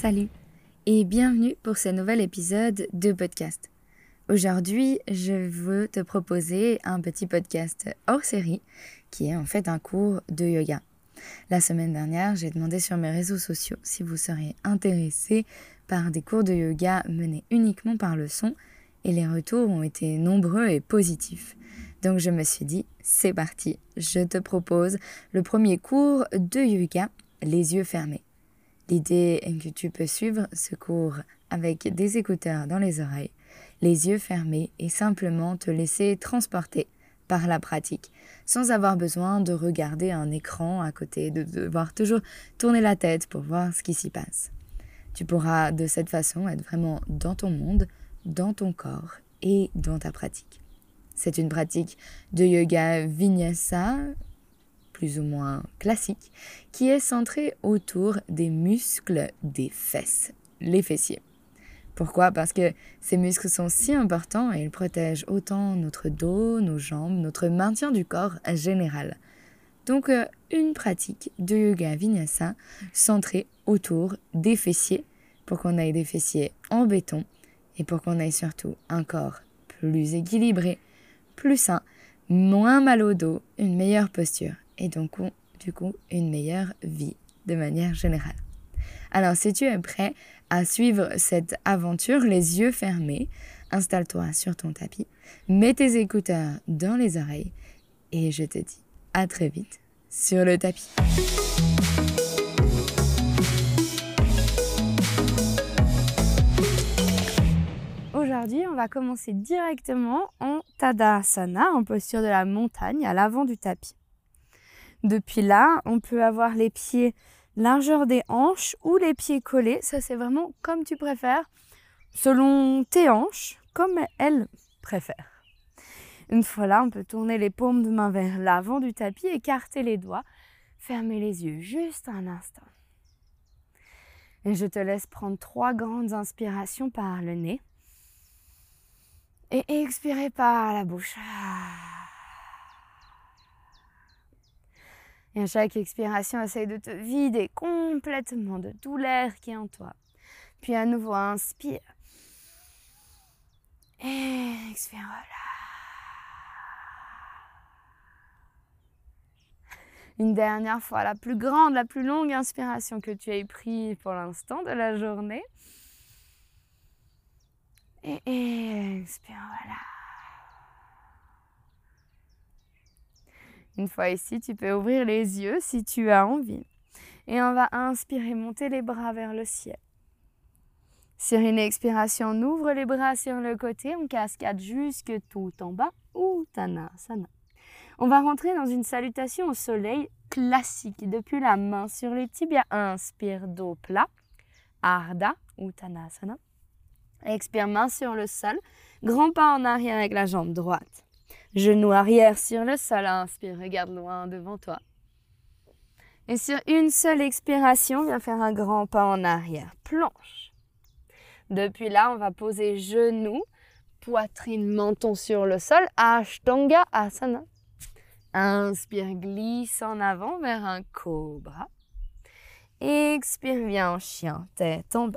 Salut et bienvenue pour ce nouvel épisode de podcast. Aujourd'hui, je veux te proposer un petit podcast hors série qui est en fait un cours de yoga. La semaine dernière, j'ai demandé sur mes réseaux sociaux si vous seriez intéressés par des cours de yoga menés uniquement par le son et les retours ont été nombreux et positifs. Donc je me suis dit, c'est parti, je te propose le premier cours de yoga, les yeux fermés. L'idée est que tu peux suivre ce cours avec des écouteurs dans les oreilles, les yeux fermés et simplement te laisser transporter par la pratique, sans avoir besoin de regarder un écran à côté, de devoir toujours tourner la tête pour voir ce qui s'y passe. Tu pourras de cette façon être vraiment dans ton monde, dans ton corps et dans ta pratique. C'est une pratique de yoga vinyasa, plus ou moins classique, qui est centrée autour des muscles des fesses, les fessiers. Pourquoi ? Parce que ces muscles sont si importants et ils protègent autant notre dos, nos jambes, notre maintien du corps en général. Donc, une pratique de yoga vinyasa centrée autour des fessiers pour qu'on ait des fessiers en béton et pour qu'on ait surtout un corps plus équilibré, plus sain, moins mal au dos, une meilleure posture et donc du coup une meilleure vie de manière générale. Alors si tu es prêt à suivre cette aventure les yeux fermés, installe-toi sur ton tapis, mets tes écouteurs dans les oreilles et je te dis à très vite sur le tapis. Aujourd'hui, on va commencer directement en Tadasana, en posture de la montagne, à l'avant du tapis. Depuis là, on peut avoir les pieds largeur des hanches ou les pieds collés. Ça, c'est vraiment comme tu préfères, selon tes hanches, comme elles préfèrent. Une fois là, on peut tourner les paumes de main vers l'avant du tapis, écarter les doigts, fermer les yeux juste un instant. Et je te laisse prendre 3 grandes inspirations par le nez. Et expirer par la bouche. Et à chaque expiration, essaye de te vider complètement de tout l'air qui est en toi. Puis à nouveau, inspire. Et expire, voilà. Une dernière fois, la plus grande, la plus longue inspiration que tu aies prise pour l'instant de la journée. Et expire, voilà. Une fois ici, tu peux ouvrir les yeux si tu as envie. Et on va inspirer, monter les bras vers le ciel. Sur une expiration, on ouvre les bras sur le côté, on cascade jusque tout en bas, Uttanasana. On va rentrer dans une salutation au soleil classique. Depuis la main sur les tibias, inspire, dos plat, Ardha, Uttanasana. Expire, main sur le sol, grand pas en arrière avec la jambe droite. Genou arrière sur le sol, inspire, regarde loin devant toi. Et sur une seule expiration, viens faire un grand pas en arrière, planche. Depuis là, on va poser genoux, poitrine, menton sur le sol, Ashtanga Asana. Inspire, glisse en avant vers un cobra. Expire, viens en chien, tête en bas.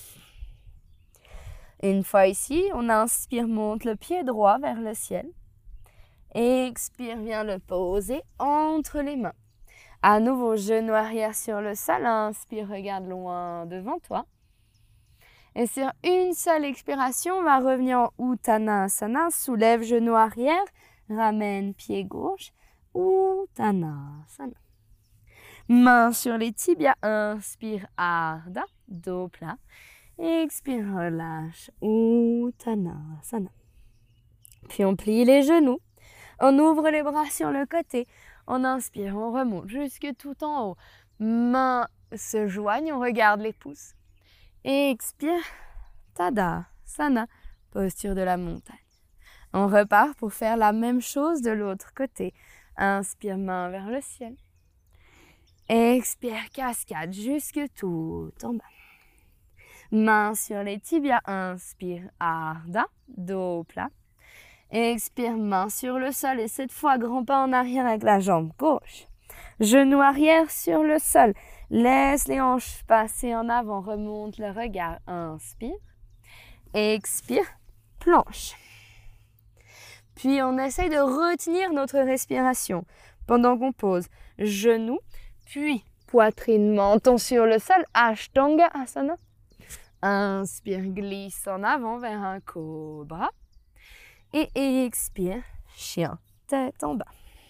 Une fois ici, on inspire, monte le pied droit vers le ciel. Expire, viens le poser entre les mains. À nouveau, genou arrière sur le sol. Inspire, regarde loin devant toi. Et sur une seule expiration, on va revenir en Uttanasana. Soulève genou arrière, ramène pied gauche. Uttanasana. Main sur les tibias. Inspire, Ardha, dos plat. Expire, relâche, Uttanasana. Puis on plie les genoux. On ouvre les bras sur le côté. On inspire, on remonte jusque tout en haut. Mains se joignent, on regarde les pouces. Et expire, Tadasana, posture de la montagne. On repart pour faire la même chose de l'autre côté. Inspire, main vers le ciel. Expire, cascade jusque tout en bas. Main sur les tibias, inspire, Ardha, dos plat. Expire, main sur le sol et cette fois, grand pas en arrière avec la jambe gauche. Genou arrière sur le sol. Laisse les hanches passer en avant, remonte le regard, inspire. Expire, planche. Puis on essaye de retenir notre respiration pendant qu'on pose genoux, puis poitrine, menton sur le sol, Ashtanga Asana. Inspire, glisse en avant vers un cobra. Et expire, chien, tête en bas.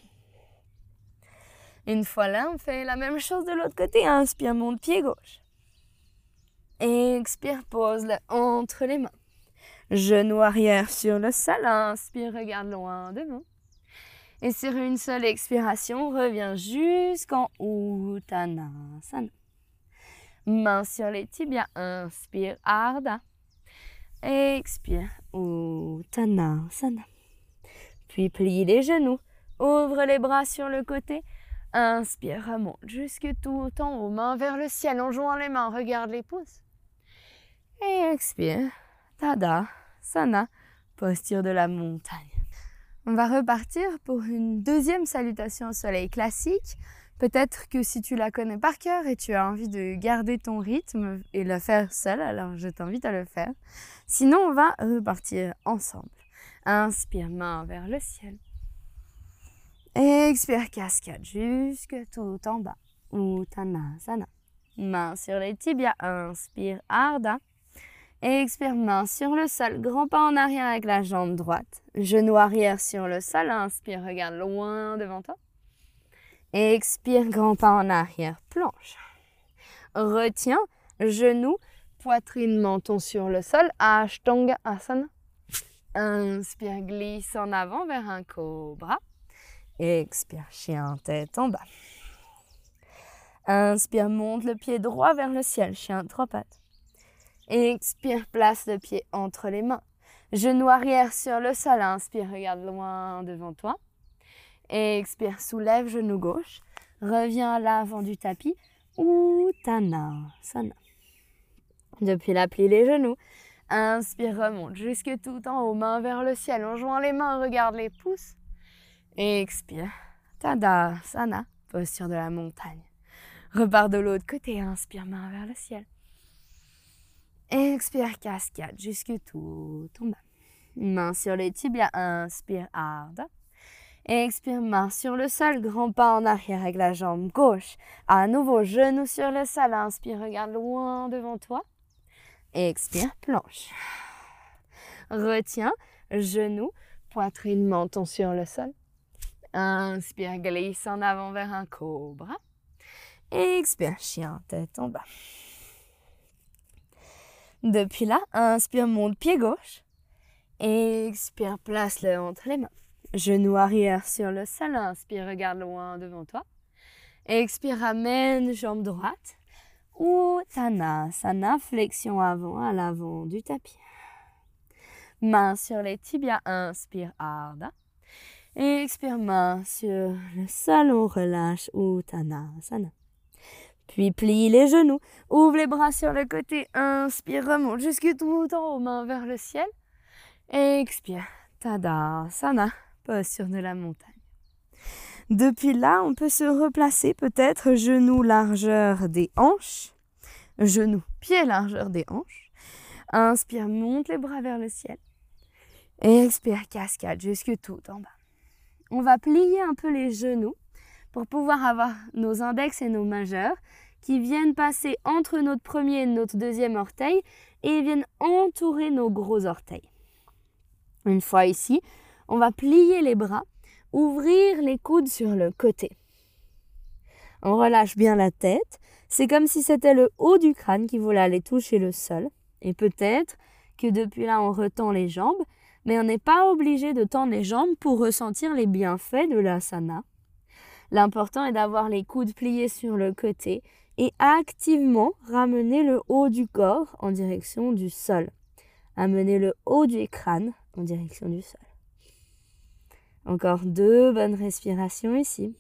Une fois là, on fait la même chose de l'autre côté. Inspire, monte pied gauche. Expire, pose-le entre les mains. Genou arrière sur le sol. Inspire, regarde loin devant. Et sur une seule expiration, reviens jusqu'en Uttanasana. Main sur les tibias. Inspire, Ardha. Expire, Uttanasana. Puis plie les genoux. Ouvre les bras sur le côté. Inspire, remonte jusque tout en haut. Main vers le ciel en joignant les mains. Regarde les pouces. Et expire, Tadasana, posture de la montagne. On va repartir pour une deuxième salutation au soleil classique. Peut-être que si tu la connais par cœur et tu as envie de garder ton rythme et le faire seul, alors je t'invite à le faire. Sinon, on va repartir ensemble. Inspire, main vers le ciel. Expire, cascade jusque tout en bas. Uttanasana. Main sur les tibias. Inspire, Ardha. Expire, main sur le sol. Grand pas en arrière avec la jambe droite. Genou arrière sur le sol. Inspire, regarde loin devant toi. Expire, grand pas en arrière. Planche. Retiens, genou, poitrine, menton sur le sol. Ashtanga Asana. Inspire, glisse en avant vers un cobra. Expire, chien, tête en bas. Inspire, monte le pied droit vers le ciel, chien, 3 pattes. Expire, place le pied entre les mains. Genou arrière sur le sol. Inspire, regarde loin devant toi. Expire, soulève genou gauche. Reviens à l'avant du tapis. Uttanasana. Depuis là, plie les genoux. Inspire, remonte jusque tout en haut. Main vers le ciel. En joignant les mains, regarde les pouces. Expire, Tadasana, posture de la montagne. Repars de l'autre côté. Inspire, main vers le ciel. Expire, cascade jusque tout en bas. Main sur les tibias. Inspire, Ardha. Expire, main sur le sol. Grand pas en arrière avec la jambe gauche. À nouveau, genou sur le sol. Inspire, regarde loin devant toi. Expire, planche. Retiens, genou, poitrine, menton sur le sol. Inspire, glisse en avant vers un cobra. Expire, chien, tête en bas. Depuis là, inspire, monte pied gauche. Expire, place-le entre les mains. Genou arrière sur le sol. Inspire, regarde loin devant toi. Expire, ramène jambe droite. Uttanasana, flexion avant à l'avant du tapis. Main sur les tibias. Inspire, Ardha. Expire, main sur le sol, on relâche Uttanasana. Puis plie les genoux, ouvre les bras sur le côté, inspire, remonte jusque tout en haut, main vers le ciel. Expire, Tadasana, posture de la montagne. Depuis là, on peut se replacer peut-être genoux largeur des hanches, genoux, pieds largeur des hanches. Inspire, monte les bras vers le ciel. Expire, cascade jusque tout en bas. On va plier un peu les genoux pour pouvoir avoir nos index et nos majeurs qui viennent passer entre notre premier et notre deuxième orteil et viennent entourer nos gros orteils. Une fois ici, on va plier les bras, ouvrir les coudes sur le côté. On relâche bien la tête. C'est comme si c'était le haut du crâne qui voulait aller toucher le sol. Et peut-être que depuis là, on retend les jambes, mais on n'est pas obligé de tendre les jambes pour ressentir les bienfaits de l'asana. L'important est d'avoir les coudes pliés sur le côté et activement ramener le haut du corps en direction du sol. Amener le haut du crâne en direction du sol. Encore 2 bonnes respirations ici.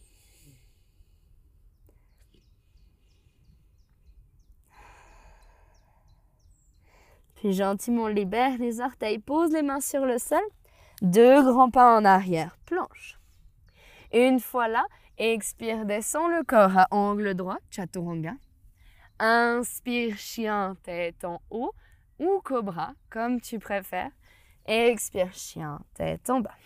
Puis gentiment libère les orteils, pose les mains sur le sol. 2 grands pas en arrière, planche. Une fois là, expire, descends le corps à angle droit, Chaturanga. Inspire, chien, tête en haut ou cobra, comme tu préfères. Expire, chien, tête en bas.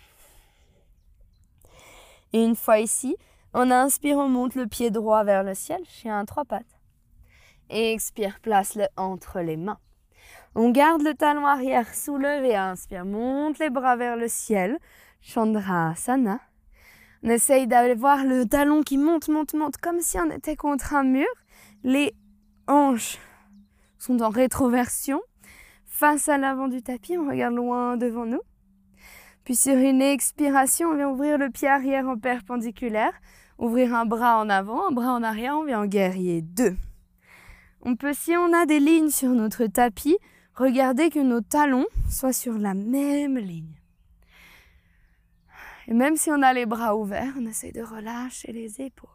Et une fois ici, on inspire, on monte le pied droit vers le ciel, chien à 3 pattes. Expire, place-le entre les mains. On garde le talon arrière soulevé, inspire, monte les bras vers le ciel, Chandrasana. On essaye d'avoir le talon qui monte, comme si on était contre un mur. Les hanches sont en rétroversion. Face à l'avant du tapis, on regarde loin devant nous. Puis sur une expiration, on vient ouvrir le pied arrière en perpendiculaire, ouvrir un bras en avant, un bras en arrière, on vient en guerrier 2. On peut, si on a des lignes sur notre tapis, regarder que nos talons soient sur la même ligne. Et même si on a les bras ouverts, on essaie de relâcher les épaules.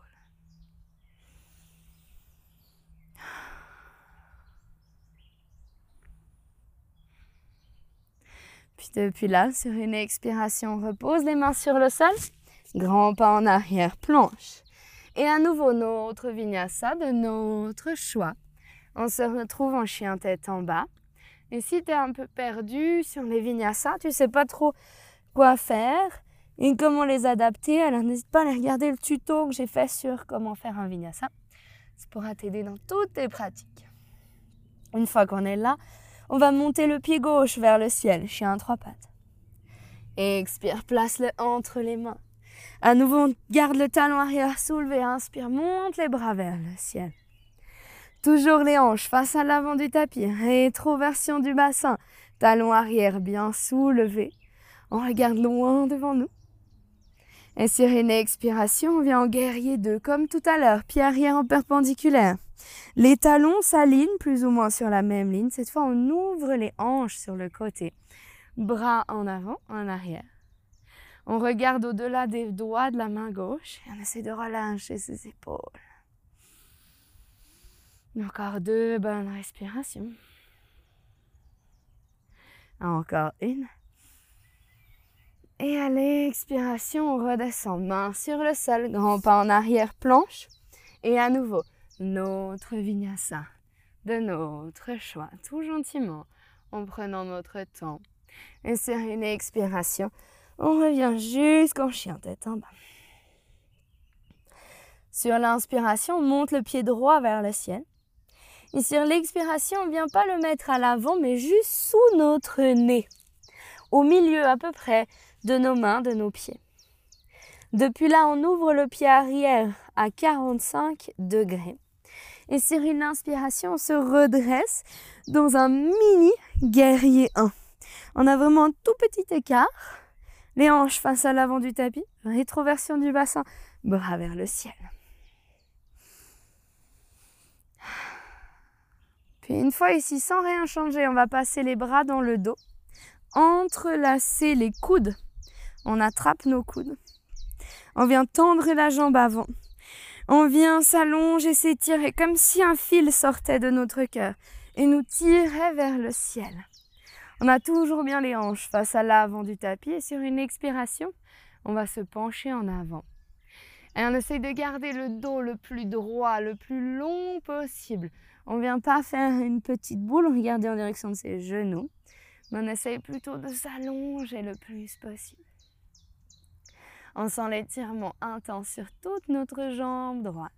Puis depuis là, sur une expiration, on repose les mains sur le sol. Grand pas en arrière, planche. Et à nouveau, notre vinyasa de notre choix. On se retrouve en chien tête en bas. Et si tu es un peu perdu sur les vinyasas, tu ne sais pas trop quoi faire et comment les adapter, alors n'hésite pas à aller regarder le tuto que j'ai fait sur comment faire un vinyasa. Ça pourra t'aider dans toutes tes pratiques. Une fois qu'on est là, on va monter le pied gauche vers le ciel, chien à 3 pattes. Expire, place-le entre les mains. À nouveau, on garde le talon arrière soulevé, inspire, monte les bras vers le ciel. Toujours les hanches face à l'avant du tapis, rétroversion du bassin, talon arrière bien soulevé. On regarde loin devant nous. Et sur une expiration, on vient en guerrier 2, comme tout à l'heure, pied arrière en perpendiculaire. Les talons s'alignent plus ou moins sur la même ligne. Cette fois, on ouvre les hanches sur le côté. Bras en avant, en arrière. On regarde au-delà des doigts de la main gauche et on essaie de relâcher ses épaules. Encore 2 bonnes respirations. Encore une. Et à l'expiration, on redescend, main sur le sol, grand pas en arrière, planche. Et à nouveau, notre vinyasa de notre choix, tout gentiment, en prenant notre temps. Et sur une expiration, on revient jusqu'en chien tête en bas. Sur l'inspiration, on monte le pied droit vers le ciel. Et sur l'expiration, on ne vient pas le mettre à l'avant, mais juste sous notre nez, au milieu à peu près de nos mains, de nos pieds. Depuis là, on ouvre le pied arrière à 45 degrés. Et sur une inspiration, on se redresse dans un mini guerrier 1. On a vraiment un tout petit écart. Les hanches face à l'avant du tapis, rétroversion du bassin, bras vers le ciel. Puis une fois ici, sans rien changer, on va passer les bras dans le dos, entrelacer les coudes. On attrape nos coudes. On vient tendre la jambe avant. On vient s'allonger, s'étirer comme si un fil sortait de notre cœur et nous tirait vers le ciel. On a toujours bien les hanches face à l'avant du tapis et sur une expiration, on va se pencher en avant. Et on essaye de garder le dos le plus droit, le plus long possible. On ne vient pas faire une petite boule, regarder en direction de ses genoux, mais on essaye plutôt de s'allonger le plus possible. On sent l'étirement intense sur toute notre jambe droite.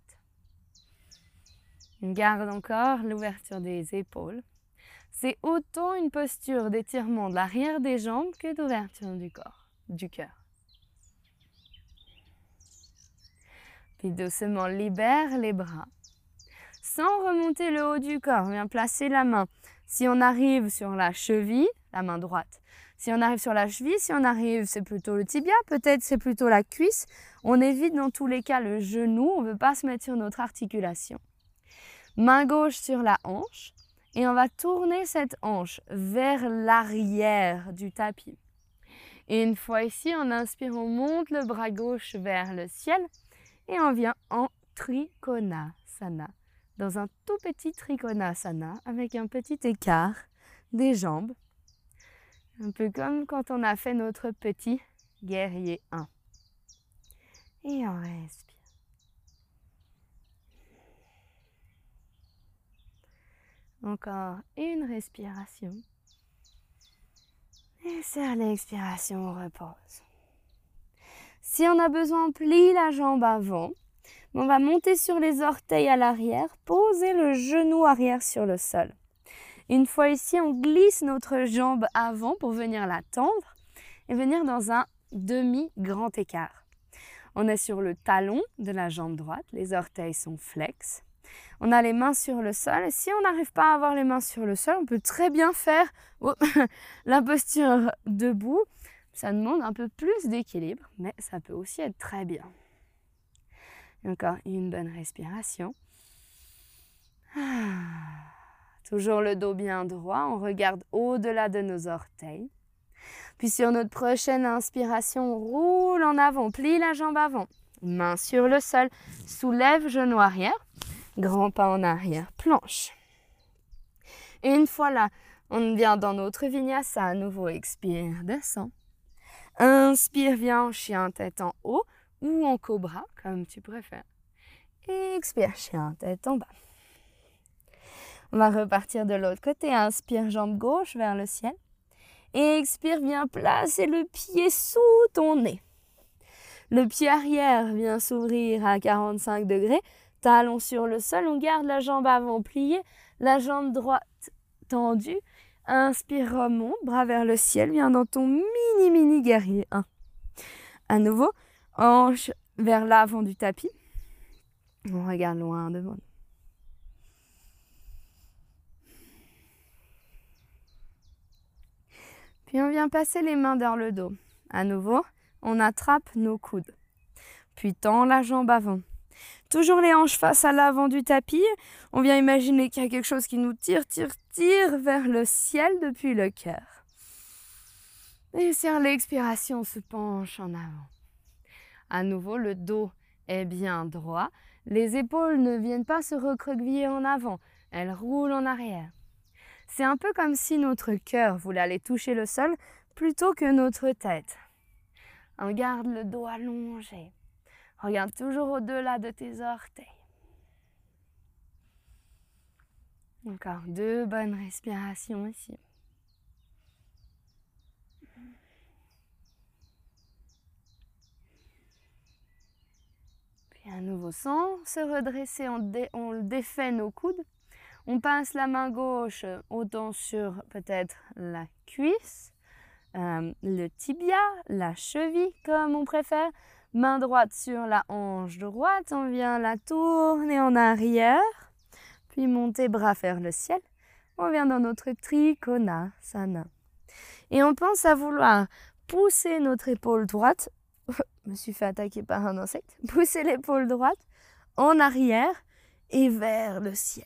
On garde encore l'ouverture des épaules. C'est autant une posture d'étirement de l'arrière des jambes que d'ouverture du corps, du cœur. Puis doucement libère les bras. Sans remonter le haut du corps, on vient placer la main. Si on arrive sur la cheville, la main droite. Si on arrive sur la cheville, si on arrive, c'est plutôt le tibia, peut-être c'est plutôt la cuisse. On évite dans tous les cas le genou, on ne veut pas se mettre sur notre articulation. Main gauche sur la hanche et on va tourner cette hanche vers l'arrière du tapis. Et une fois ici, on inspire, on monte le bras gauche vers le ciel et on vient en Trikonasana. Dans un tout petit Trikonasana avec un petit écart des jambes. Un peu comme quand on a fait notre petit guerrier 1. Et on respire. Encore une respiration. Et sur l'expiration, on repose. Si on a besoin, on plie la jambe avant. On va monter sur les orteils à l'arrière, poser le genou arrière sur le sol. Une fois ici, on glisse notre jambe avant pour venir la tendre et venir dans un demi-grand écart. On est sur le talon de la jambe droite, les orteils sont flex. On a les mains sur le sol et si on n'arrive pas à avoir les mains sur le sol, on peut très bien faire la posture debout. Ça demande un peu plus d'équilibre, mais ça peut aussi être très bien. Et encore une bonne respiration. Toujours le dos bien droit, on regarde au-delà de nos orteils. Puis sur notre prochaine inspiration, on roule en avant, plie la jambe avant. Main sur le sol, soulève genou arrière, grand pas en arrière, planche. Et une fois là, on vient dans notre vinyasa, à nouveau expire, descend. Inspire, viens en chien, tête en haut ou en cobra, comme tu préfères. Expire, chien, tête en bas. On va repartir de l'autre côté. Inspire, jambe gauche vers le ciel. Et expire, viens placer le pied sous ton nez. Le pied arrière vient s'ouvrir à 45 degrés. Talon sur le sol. On garde la jambe avant pliée. La jambe droite tendue. Inspire, remonte, bras vers le ciel. Viens dans ton mini guerrier 1. À nouveau, hanche vers l'avant du tapis. On regarde loin devant nous. Puis on vient passer les mains dans le dos. À nouveau, on attrape nos coudes. Puis tend la jambe avant. Toujours les hanches face à l'avant du tapis. On vient imaginer qu'il y a quelque chose qui nous tire vers le ciel depuis le cœur. Et sur l'expiration, on se penche en avant. À nouveau, le dos est bien droit. Les épaules ne viennent pas se recroqueviller en avant. Elles roulent en arrière. C'est un peu comme si notre cœur voulait aller toucher le sol plutôt que notre tête. On garde le dos allongé. Regarde toujours au-delà de tes orteils. Encore 2 bonnes respirations ici. Puis à nouveau, sans se redresser, on défait nos coudes. On passe la main gauche autant sur peut-être la cuisse, le tibia, la cheville comme on préfère. Main droite sur la hanche droite, on vient la tourner en arrière, puis monter bras vers le ciel. On vient dans notre Trikonasana. Et on pense à vouloir pousser notre épaule droite, je me suis fait attaquer par un insecte, pousser l'épaule droite en arrière et vers le ciel.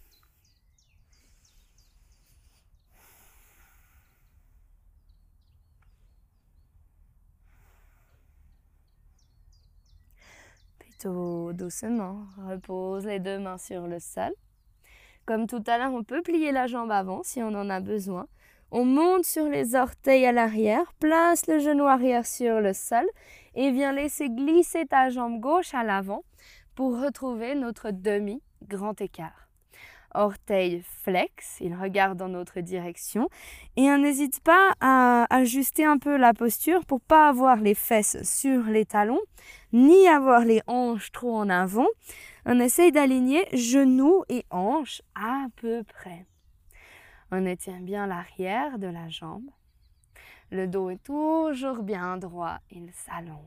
Tout doucement, repose les 2 mains sur le sol. Comme tout à l'heure, on peut plier la jambe avant si on en a besoin. On monte sur les orteils à l'arrière, place le genou arrière sur le sol et viens laisser glisser ta jambe gauche à l'avant pour retrouver notre demi-grand écart. Orteils flex, il regarde dans notre direction et on n'hésite pas à ajuster un peu la posture pour pas avoir les fesses sur les talons ni avoir les hanches trop en avant. On essaye d'aligner genoux et hanches à peu près. On étire bien l'arrière de la jambe. Le dos est toujours bien droit, il s'allonge.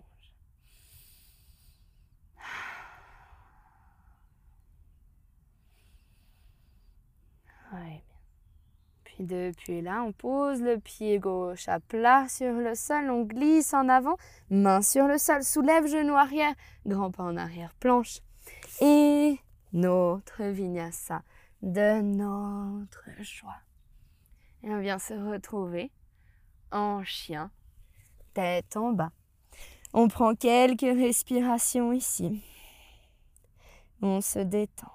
Ouais. Puis depuis là, on pose le pied gauche à plat sur le sol, on glisse en avant, main sur le sol, soulève genou arrière, grand pas en arrière, planche. Et notre vinyasa de notre choix. Et on vient se retrouver en chien, tête en bas. On prend quelques respirations ici. On se détend.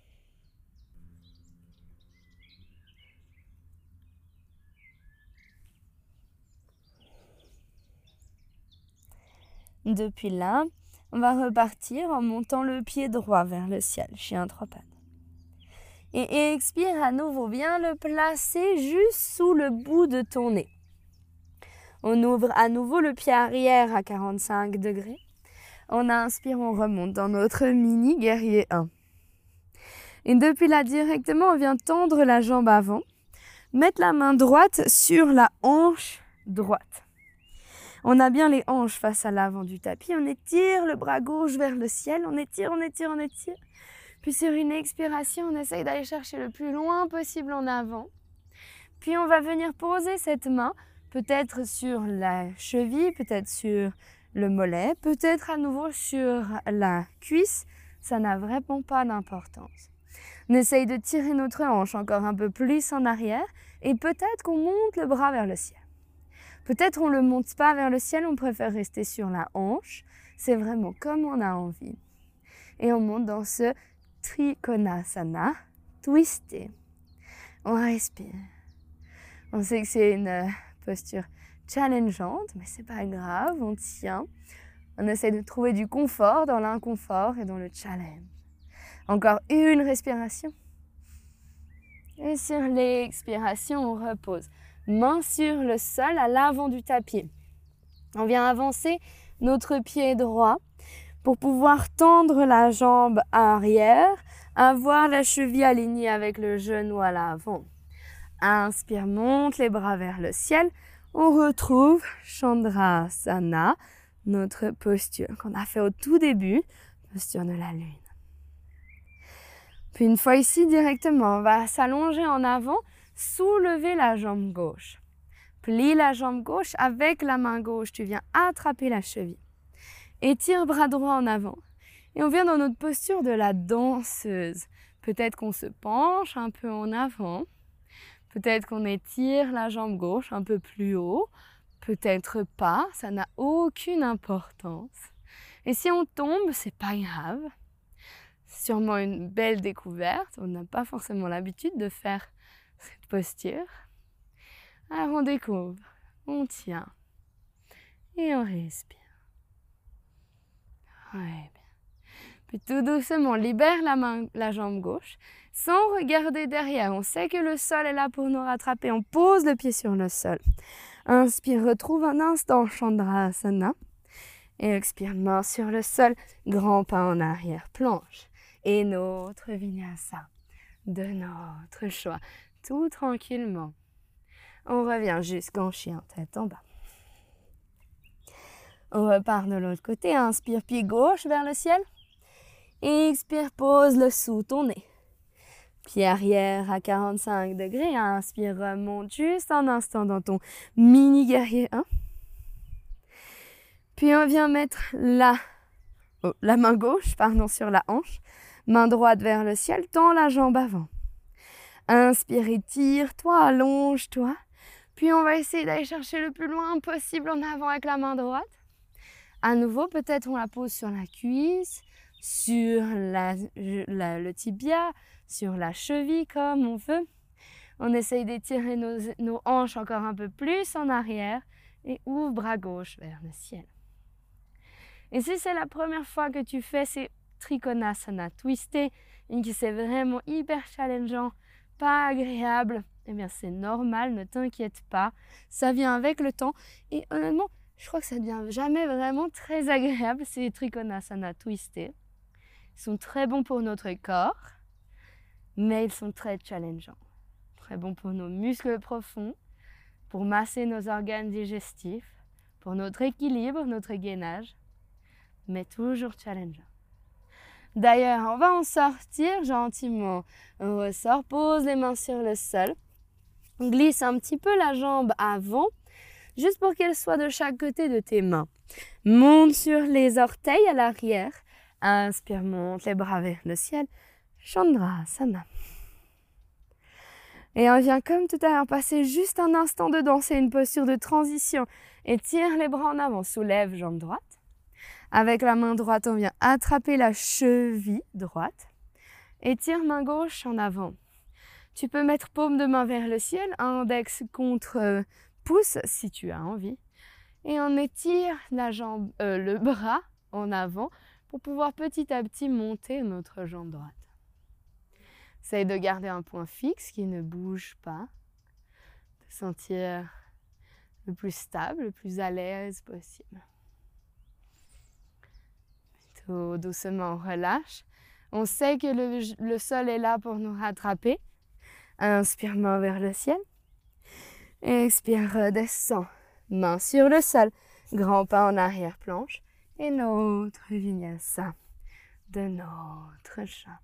Depuis là, on va repartir en montant le pied droit vers le ciel, chien 3 pattes. Et expire à nouveau, viens le placer juste sous le bout de ton nez. On ouvre à nouveau le pied arrière à 45 degrés. On inspire, on remonte dans notre mini guerrier 1. Et depuis là directement, on vient tendre la jambe avant. Mettre la main droite sur la hanche droite. On a bien les hanches face à l'avant du tapis. On étire le bras gauche vers le ciel. On étire, on étire, on étire. Puis sur une expiration, on essaye d'aller chercher le plus loin possible en avant. Puis on va venir poser cette main, peut-être sur la cheville, peut-être sur le mollet, peut-être à nouveau sur la cuisse. Ça n'a vraiment pas d'importance. On essaye de tirer notre hanche encore un peu plus en arrière et peut-être qu'on monte le bras vers le ciel. Peut-être on ne le monte pas vers le ciel, on préfère rester sur la hanche. C'est vraiment comme on a envie. Et on monte dans ce Trikonasana, twisté. On respire. On sait que c'est une posture challengeante, mais c'est pas grave, on tient. On essaie de trouver du confort dans l'inconfort et dans le challenge. Encore une respiration. Et sur l'expiration, on repose. Main sur le sol à l'avant du tapis. On vient avancer notre pied droit pour pouvoir tendre la jambe arrière, avoir la cheville alignée avec le genou à l'avant. Inspire, monte les bras vers le ciel. On retrouve Chandrasana, notre posture qu'on a fait au tout début, posture de la lune. Puis une fois ici directement, on va s'allonger en avant, soulever la jambe gauche. Plie la jambe gauche avec la main gauche, tu viens attraper la cheville. Étire bras droit en avant. Et on vient dans notre posture de la danseuse. Peut-être qu'on se penche un peu en avant. Peut-être qu'on étire la jambe gauche un peu plus haut. Peut-être pas, ça n'a aucune importance. Et si on tombe, c'est pas grave. C'est sûrement une belle découverte. On n'a pas forcément l'habitude de faire cette posture. Alors on découvre, on tient et on respire. Ouais, bien. Puis tout doucement, libère la jambe gauche sans regarder derrière. On sait que le sol est là pour nous rattraper. On pose le pied sur le sol. Inspire, retrouve un instant Chandrasana. Et expire, main sur le sol, grand pas en arrière, planche. Et notre vinyasa de notre choix, tout tranquillement. On revient jusqu'en chien, tête en bas. On repart de l'autre côté, inspire, pied gauche vers le ciel. Et expire, pose-le sous ton nez. Pied arrière à 45 degrés, inspire, remonte juste un instant dans ton mini guerrier 1. Puis on vient mettre la main gauche sur la hanche, main droite vers le ciel, tends la jambe avant. Inspire, étire-toi, allonge-toi. Puis on va essayer d'aller chercher le plus loin possible en avant avec la main droite. À nouveau, peut-être on la pose sur la cuisse, sur le tibia, sur la cheville comme on veut. On essaye d'étirer nos hanches encore un peu plus en arrière et ouvre bras gauche vers le ciel. Et si c'est la première fois que tu fais ces Trikonasana twistés et que c'est vraiment hyper challengeant, pas agréable, eh bien c'est normal, ne t'inquiète pas, ça vient avec le temps et honnêtement, je crois que ça ne devient jamais vraiment très agréable ces Trikonasana twistés. Ils sont très bons pour notre corps, mais ils sont très challengeants. Très bons pour nos muscles profonds, pour masser nos organes digestifs, pour notre équilibre, notre gainage, mais toujours challengeant. D'ailleurs, on va en sortir gentiment. On ressort, pose les mains sur le sol, glisse un petit peu la jambe avant, juste pour qu'elle soit de chaque côté de tes mains. Monte sur les orteils à l'arrière. Inspire, monte les bras vers le ciel. Chandrasana. Et on vient comme tout à l'heure passer juste un instant dedans. C'est une posture de transition. Étire les bras en avant. Soulève jambe droite. Avec la main droite, on vient attraper la cheville droite. Étire main gauche en avant. Tu peux mettre paume de main vers le ciel, index contre pouce si tu as envie. Et on étire le bras en avant pour pouvoir petit à petit monter notre jambe droite. Essaye de garder un point fixe qui ne bouge pas. Te sentir le plus stable, le plus à l'aise possible. Tout doucement, on relâche. On sait que le sol est là pour nous rattraper. Inspire, main vers le ciel. Expire, redescend. Main sur le sol. Grand pas en arrière-planche. Et notre vinyasa de notre chat.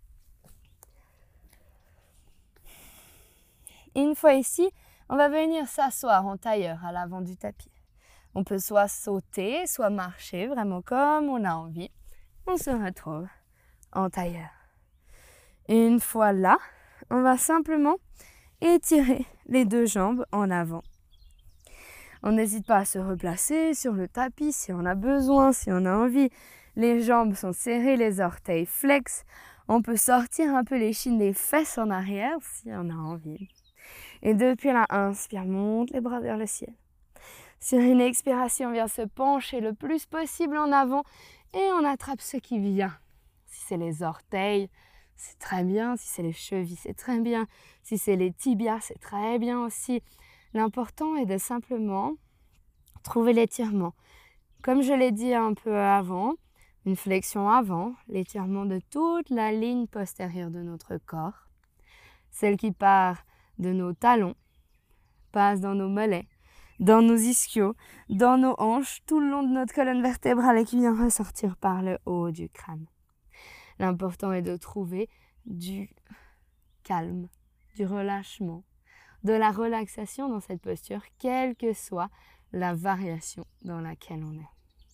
Une fois ici, on va venir s'asseoir en tailleur à l'avant du tapis. On peut soit sauter, soit marcher, vraiment comme on a envie. On se retrouve en tailleur. Une fois là, on va simplement étirer les 2 jambes en avant. On n'hésite pas à se replacer sur le tapis si on a besoin, si on a envie. Les jambes sont serrées, les orteils flex. On peut sortir un peu les chines des fesses en arrière si on a envie. Et depuis là, inspire, monte les bras vers le ciel. Sur une expiration, on vient se pencher le plus possible en avant et on attrape ce qui vient. Si c'est les orteils, c'est très bien. Si c'est les chevilles, c'est très bien. Si c'est les tibias, c'est très bien aussi. L'important est de simplement trouver l'étirement. Comme je l'ai dit un peu avant, une flexion avant, l'étirement de toute la ligne postérieure de notre corps. Celle qui part de nos talons, passe dans nos mollets, dans nos ischios, dans nos hanches, tout le long de notre colonne vertébrale et qui vient ressortir par le haut du crâne. L'important est de trouver du calme, du relâchement, de la relaxation dans cette posture, quelle que soit la variation dans laquelle on est.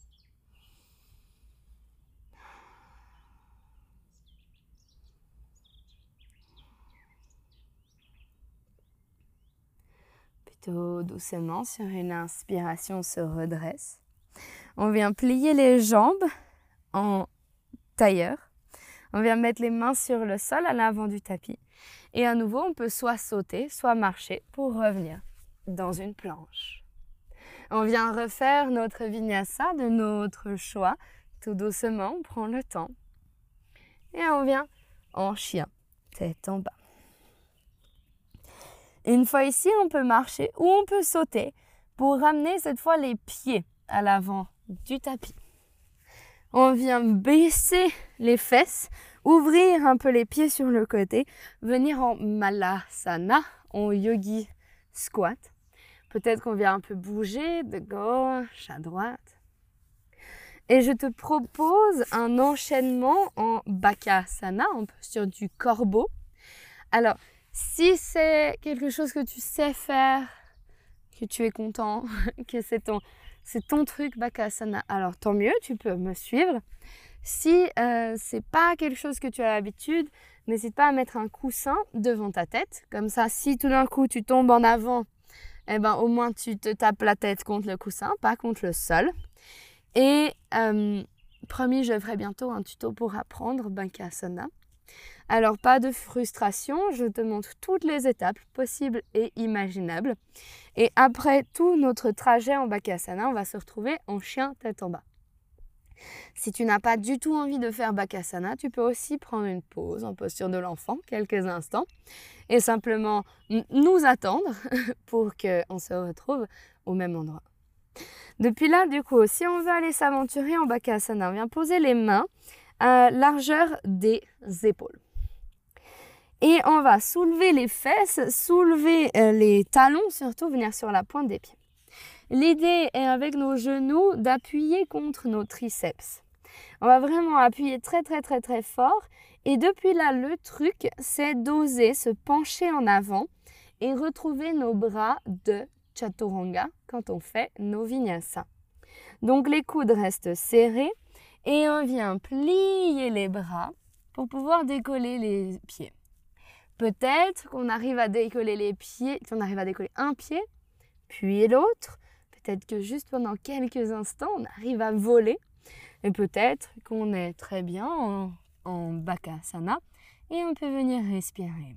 Plutôt doucement, sur une inspiration, on se redresse. On vient plier les jambes en tailleur. On vient mettre les mains sur le sol à l'avant du tapis. Et à nouveau, on peut soit sauter, soit marcher pour revenir dans une planche. On vient refaire notre vinyasa de notre choix. Tout doucement, on prend le temps. Et on vient en chien, tête en bas. Une fois ici, on peut marcher ou on peut sauter pour ramener cette fois les pieds à l'avant du tapis. On vient baisser les fesses, ouvrir un peu les pieds sur le côté, venir en malasana, en yogi squat. Peut-être qu'on vient un peu bouger de gauche à droite. Et je te propose un enchaînement en bakasana, en posture du corbeau. Alors, si c'est quelque chose que tu sais faire, que tu es content, que c'est ton truc bakasana, alors tant mieux, tu peux me suivre. Si c'est pas quelque chose que tu as l'habitude, n'hésite pas à mettre un coussin devant ta tête. Comme ça, si tout d'un coup tu tombes en avant, eh ben, au moins tu te tapes la tête contre le coussin, pas contre le sol. Et promis, je ferai bientôt un tuto pour apprendre bakasana. Alors, pas de frustration, je te montre toutes les étapes possibles et imaginables. Et après tout notre trajet en bakasana, on va se retrouver en chien tête en bas. Si tu n'as pas du tout envie de faire bakasana, tu peux aussi prendre une pause en posture de l'enfant, quelques instants, et simplement nous attendre pour qu'on se retrouve au même endroit. Depuis là, du coup, si on veut aller s'aventurer en bakasana, on vient poser les mains à largeur des épaules. Et on va soulever les fesses, soulever les talons, surtout venir sur la pointe des pieds. L'idée est avec nos genoux d'appuyer contre nos triceps. On va vraiment appuyer très très très très fort. Et depuis là, le truc, c'est d'oser se pencher en avant et retrouver nos bras de chaturanga quand on fait nos vinyasa. Donc les coudes restent serrés et on vient plier les bras pour pouvoir décoller les pieds. Peut-être qu'on arrive à décoller les pieds, qu'on arrive à décoller un pied, puis l'autre. Peut-être que juste pendant quelques instants, on arrive à voler. Et peut-être qu'on est très bien en bakasana et on peut venir respirer.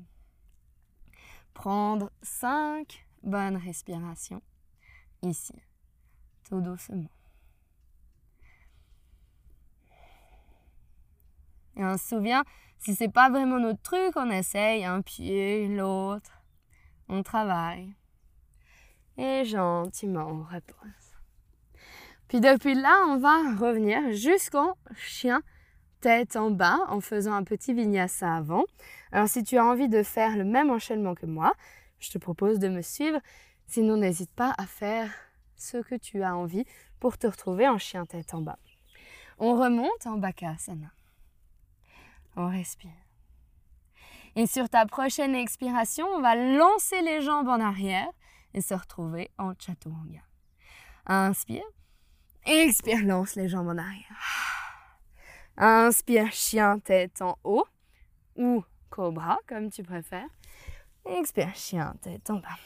Prendre 5 bonnes respirations ici, tout doucement. Et on se souvient, si c'est pas vraiment notre truc, on essaye un pied, l'autre. On travaille. Et gentiment, on repose. Puis depuis là, on va revenir jusqu'au chien tête en bas en faisant un petit vinyasa avant. Alors si tu as envie de faire le même enchaînement que moi, je te propose de me suivre. Sinon, n'hésite pas à faire ce que tu as envie pour te retrouver en chien tête en bas. On remonte en Bakasana. On respire. Et sur ta prochaine expiration, on va lancer les jambes en arrière et se retrouver en Chaturanga. Inspire. Expire, lance les jambes en arrière. Inspire, chien tête en haut ou cobra, comme tu préfères. Expire, chien tête en bas.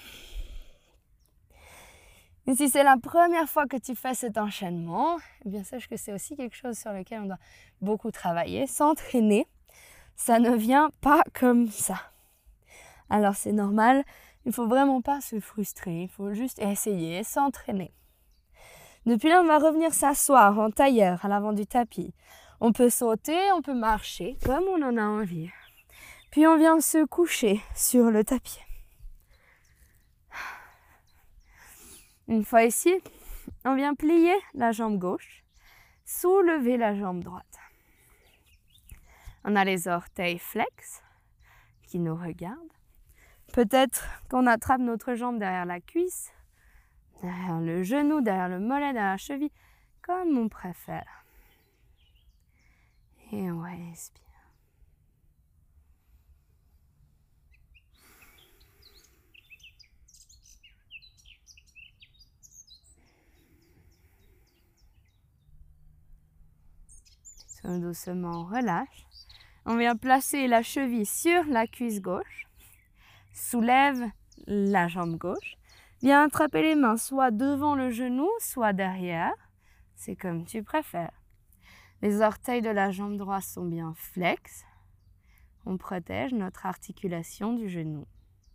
Et si c'est la première fois que tu fais cet enchaînement, eh bien sache que c'est aussi quelque chose sur lequel on doit beaucoup travailler, s'entraîner. Ça ne vient pas comme ça. Alors c'est normal, il ne faut vraiment pas se frustrer, il faut juste essayer, s'entraîner. Depuis là, on va revenir s'asseoir en tailleur à l'avant du tapis. On peut sauter, on peut marcher comme on en a envie. Puis on vient se coucher sur le tapis. Une fois ici, on vient plier la jambe gauche, soulever la jambe droite. On a les orteils flex qui nous regardent. Peut-être qu'on attrape notre jambe derrière la cuisse, derrière le genou, derrière le mollet, derrière la cheville, comme on préfère. Et on respire. Tout doucement, on relâche. On vient placer la cheville sur la cuisse gauche. Soulève la jambe gauche. Viens attraper les mains soit devant le genou, soit derrière. C'est comme tu préfères. Les orteils de la jambe droite sont bien flex. On protège notre articulation du genou.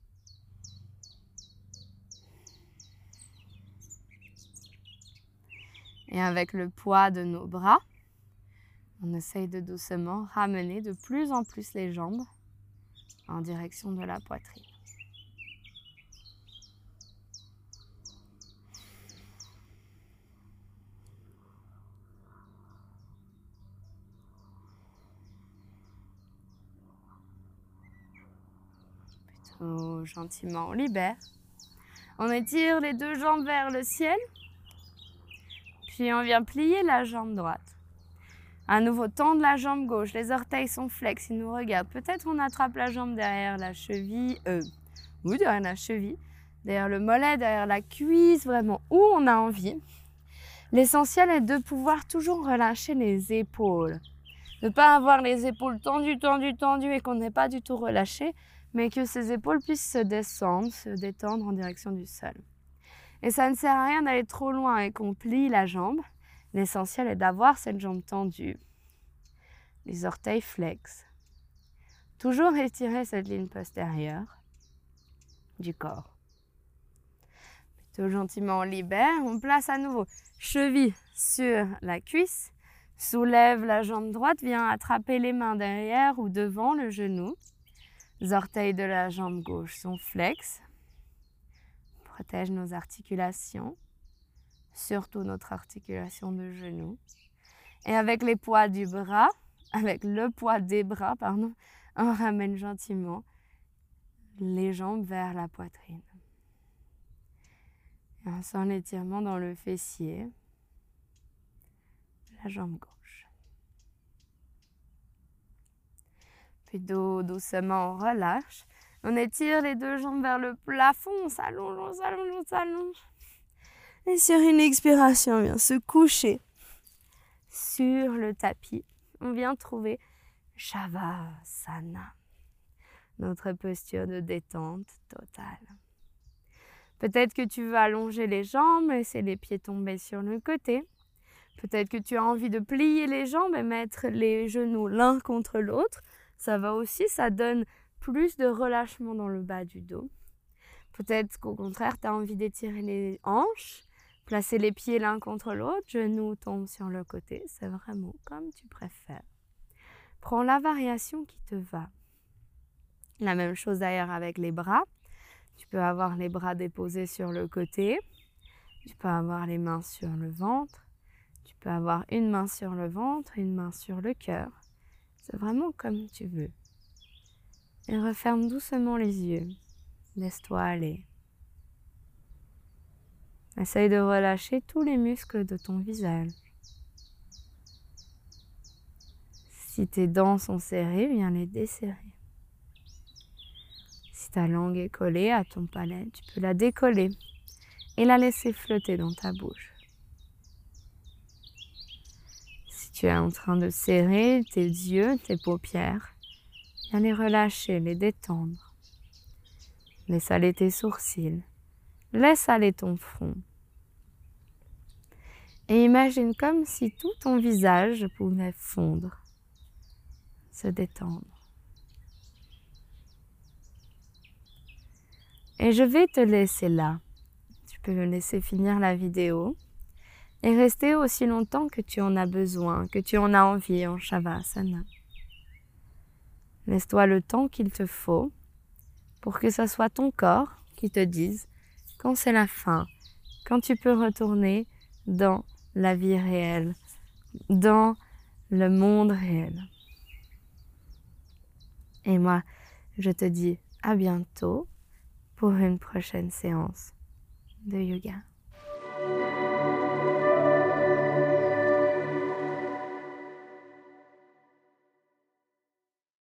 Et avec le poids de nos bras, on essaye de doucement ramener de plus en plus les jambes en direction de la poitrine. Plutôt gentiment, on libère. On étire les deux jambes vers le ciel. Puis on vient plier la jambe droite. À nouveau, tendre la jambe gauche, les orteils sont flex, ils nous regardent. Peut-être on attrape la jambe derrière la cheville, derrière la cheville, derrière le mollet, derrière la cuisse, vraiment où on a envie. L'essentiel est de pouvoir toujours relâcher les épaules. Ne pas avoir les épaules tendues et qu'on n'ait pas du tout relâché, mais que ces épaules puissent se descendre, se détendre en direction du sol. Et ça ne sert à rien d'aller trop loin et qu'on plie la jambe. L'essentiel est d'avoir cette jambe tendue, les orteils flex. Toujours étirer cette ligne postérieure du corps. Plutôt gentiment, on libère. On place à nouveau cheville sur la cuisse. Soulève la jambe droite, vient attraper les mains derrière ou devant le genou. Les orteils de la jambe gauche sont flex. Protège nos articulations. Surtout notre articulation de genou. Et avec les poids du bras, avec le poids des bras, on ramène gentiment les jambes vers la poitrine. Et on sent l'étirement dans le fessier, la jambe gauche. Puis doucement, on relâche. On étire les deux jambes vers le plafond, on s'allonge, on s'allonge, on s'allonge. Et sur une expiration, on vient se coucher sur le tapis. On vient trouver Shavasana, notre posture de détente totale. Peut-être que tu veux allonger les jambes, laisser les pieds tomber sur le côté. Peut-être que tu as envie de plier les jambes et mettre les genoux l'un contre l'autre. Ça va aussi, ça donne plus de relâchement dans le bas du dos. Peut-être qu'au contraire, tu as envie d'étirer les hanches. Placer les pieds l'un contre l'autre, genoux tombent sur le côté, c'est vraiment comme tu préfères. Prends la variation qui te va. La même chose d'ailleurs avec les bras. Tu peux avoir les bras déposés sur le côté. Tu peux avoir les mains sur le ventre. Tu peux avoir une main sur le ventre, une main sur le cœur. C'est vraiment comme tu veux. Et referme doucement les yeux. Laisse-toi aller. Essaye de relâcher tous les muscles de ton visage. Si tes dents sont serrées, viens les desserrer. Si ta langue est collée à ton palais, tu peux la décoller et la laisser flotter dans ta bouche. Si tu es en train de serrer tes yeux, tes paupières, viens les relâcher, les détendre. Laisse aller tes sourcils, laisse aller ton front. Et imagine comme si tout ton visage pouvait fondre, se détendre. Et je vais te laisser là. Tu peux me laisser finir la vidéo et rester aussi longtemps que tu en as besoin, que tu en as envie en Shavasana. Laisse-toi le temps qu'il te faut pour que ce soit ton corps qui te dise quand c'est la fin, quand tu peux retourner dans la vie réelle, dans le monde réel. Et moi, je te dis à bientôt pour une prochaine séance de yoga.